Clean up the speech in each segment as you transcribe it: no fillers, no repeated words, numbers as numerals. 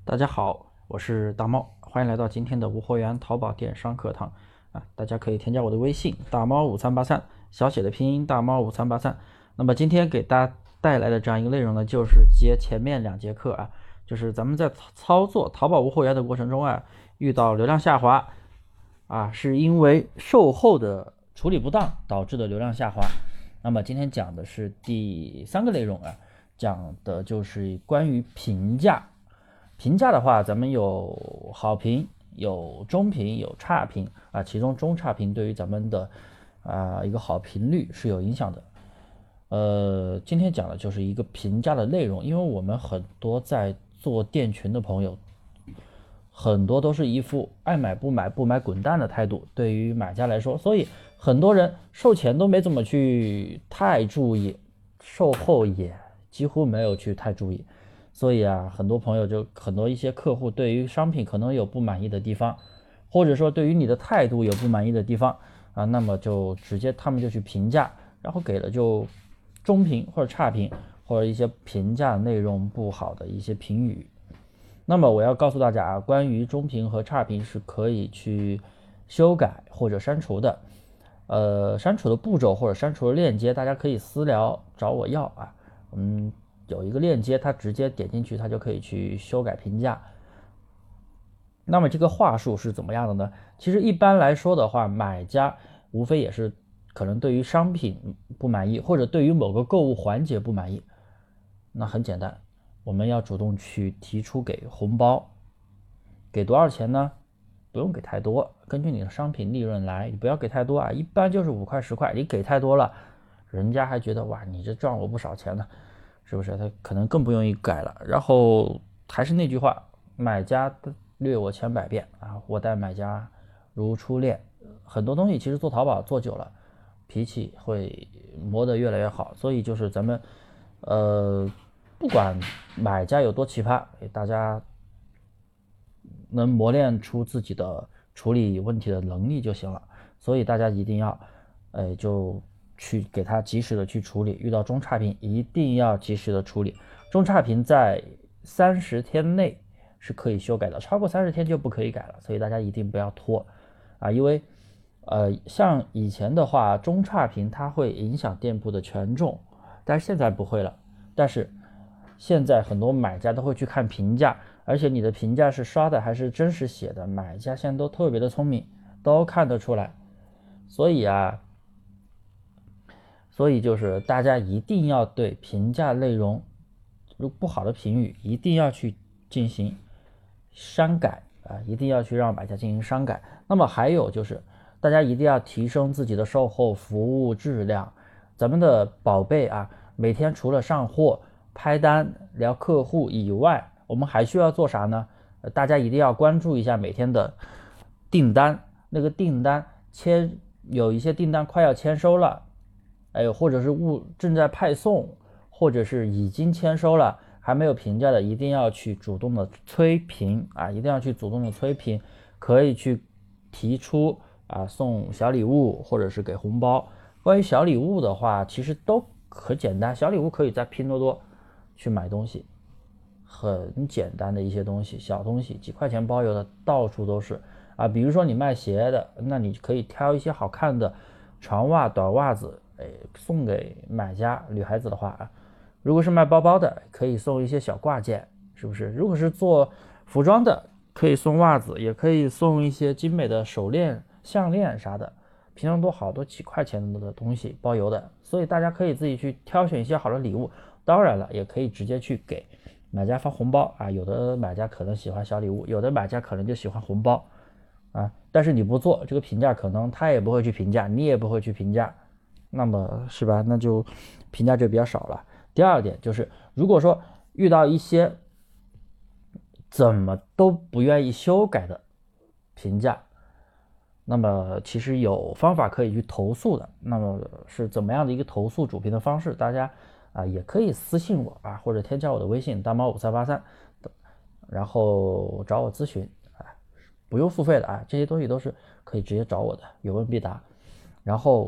大家好，我是大猫，欢迎来到今天的无货源淘宝电商课堂大家可以添加我的微信大猫5383，小写的拼音大猫5383。那么今天给大家带来的这样一个内容呢，就是接前面2节课就是咱们在操作淘宝无货源的过程中遇到流量下滑是因为售后的处理不当导致的流量下滑。那么今天讲的是第3个内容讲的就是关于评价。评价的话，咱们有好评、有中评、有差评其中中差评对于咱们的一个好评率是有影响的。今天讲的就是一个评价的内容，因为我们很多在做店群的朋友，很多都是一副爱买不买、不买滚蛋的态度，对于买家来说，所以很多人售前都没怎么去太注意，售后也几乎没有去太注意。所以很多朋友很多一些客户对于商品可能有不满意的地方，或者说对于你的态度有不满意的地方那么就直接他们就去评价，然后给了就中评或者差评，或者一些评价内容不好的一些评语。那么我要告诉大家关于中评和差评是可以去修改或者删除的。删除的步骤或者删除的链接，大家可以私聊找我要有一个链接，它直接点进去，它就可以去修改评价。那么这个话术是怎么样的呢？其实一般来说的话，买家无非也是可能对于商品不满意，或者对于某个购物环节不满意。那很简单，我们要主动去提出给红包。给多少钱呢？不用给太多，根据你的商品利润来，你不要给太多一般就是5块10块，你给太多了，人家还觉得哇，你这赚我不少钱呢，是不是？他可能更不愿意改了。然后还是那句话，买家虐我千百遍我待买家如初恋。很多东西其实做淘宝做久了，脾气会磨得越来越好。所以就是咱们不管买家有多奇葩，大家能磨练出自己的处理问题的能力就行了。所以大家一定要就去给他及时的去处理，遇到中差评一定要及时的处理。中差评在30天内是可以修改的，超过30天就不可以改了，所以大家一定不要拖因为像以前的话，中差评它会影响店铺的权重，但是现在不会了。但是现在很多买家都会去看评价，而且你的评价是刷的还是真实写的，买家现在都特别的聪明，都看得出来。所以就是大家一定要对评价内容如不好的评语一定要去进行删改一定要去让买家进行删改。那么还有就是大家一定要提升自己的售后服务质量。咱们的宝贝每天除了上货、拍单、聊客户以外，我们还需要做啥呢？大家一定要关注一下每天的订单，那个订单有一些订单快要签收了，或者是物正在派送，或者是已经签收了还没有评价的，一定要去主动的催评一定要去主动的催评，可以去提出送小礼物或者是给红包。关于小礼物的话，其实都很简单，小礼物可以在拼多多去买东西，很简单的一些东西，小东西几块钱包邮的到处都是比如说你卖鞋的，那你可以挑一些好看的长袜、短袜子送给买家。女孩子的话如果是卖包包的，可以送一些小挂件，是不是？如果是做服装的，可以送袜子，也可以送一些精美的手链、项链啥的。平常都好多几块钱的东西包邮的，所以大家可以自己去挑选一些好的礼物。当然了，也可以直接去给买家发红包有的买家可能喜欢小礼物，有的买家可能就喜欢红包但是你不做这个评价，可能他也不会去评价，你也不会去评价，那么是吧？那就评价就比较少了。第二点就是，如果说遇到一些怎么都不愿意修改的评价，那么其实有方法可以去投诉的。那么是怎么样的一个投诉主评的方式？大家也可以私信我或者添加我的微信大猫5383，然后找我咨询不用付费的这些东西都是可以直接找我的，有问必答。然后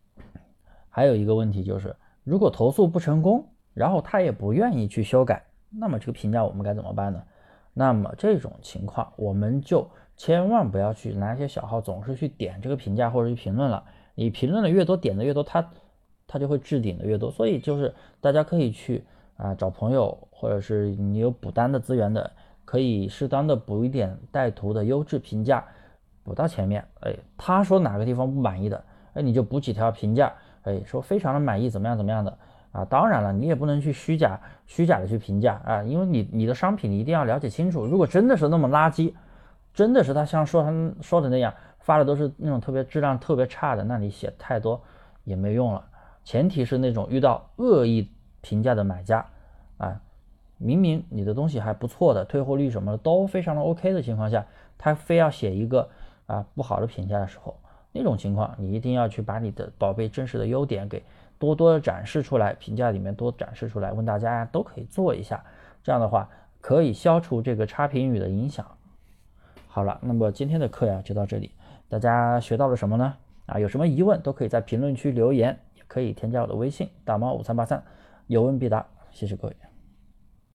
还有一个问题就是，如果投诉不成功，然后他也不愿意去修改， 那么这个评价我们该怎么办呢？那么这种情况我们就千万不要去拿一些小号总是去点这个评价或者去评论了，你评论的越多，点的越多，它就会置顶的越多。所以就是大家可以去找朋友，或者是你有补单的资源的，可以适当的补一点带图的优质评价，补到前面。他说哪个地方不满意的，你就补几条评价，说非常的满意，怎么样怎么样的当然了，你也不能去虚假的去评价因为你的商品你一定要了解清楚。如果真的是那么垃圾，真的是他像说的那样，发的都是那种特别质量特别差的，那你写太多也没用了。前提是那种遇到恶意评价的买家明明你的东西还不错的，退货率什么的都非常的 OK 的情况下，他非要写一个不好的评价的时候，那种情况你一定要去把你的宝贝真实的优点给多多的展示出来，评价里面多展示出来，问大家都可以做一下，这样的话可以消除这个差评语的影响。好了，那么今天的课就到这里，大家学到了什么呢？有什么疑问都可以在评论区留言，也可以添加我的微信大猫5383，有问必答，谢谢各位。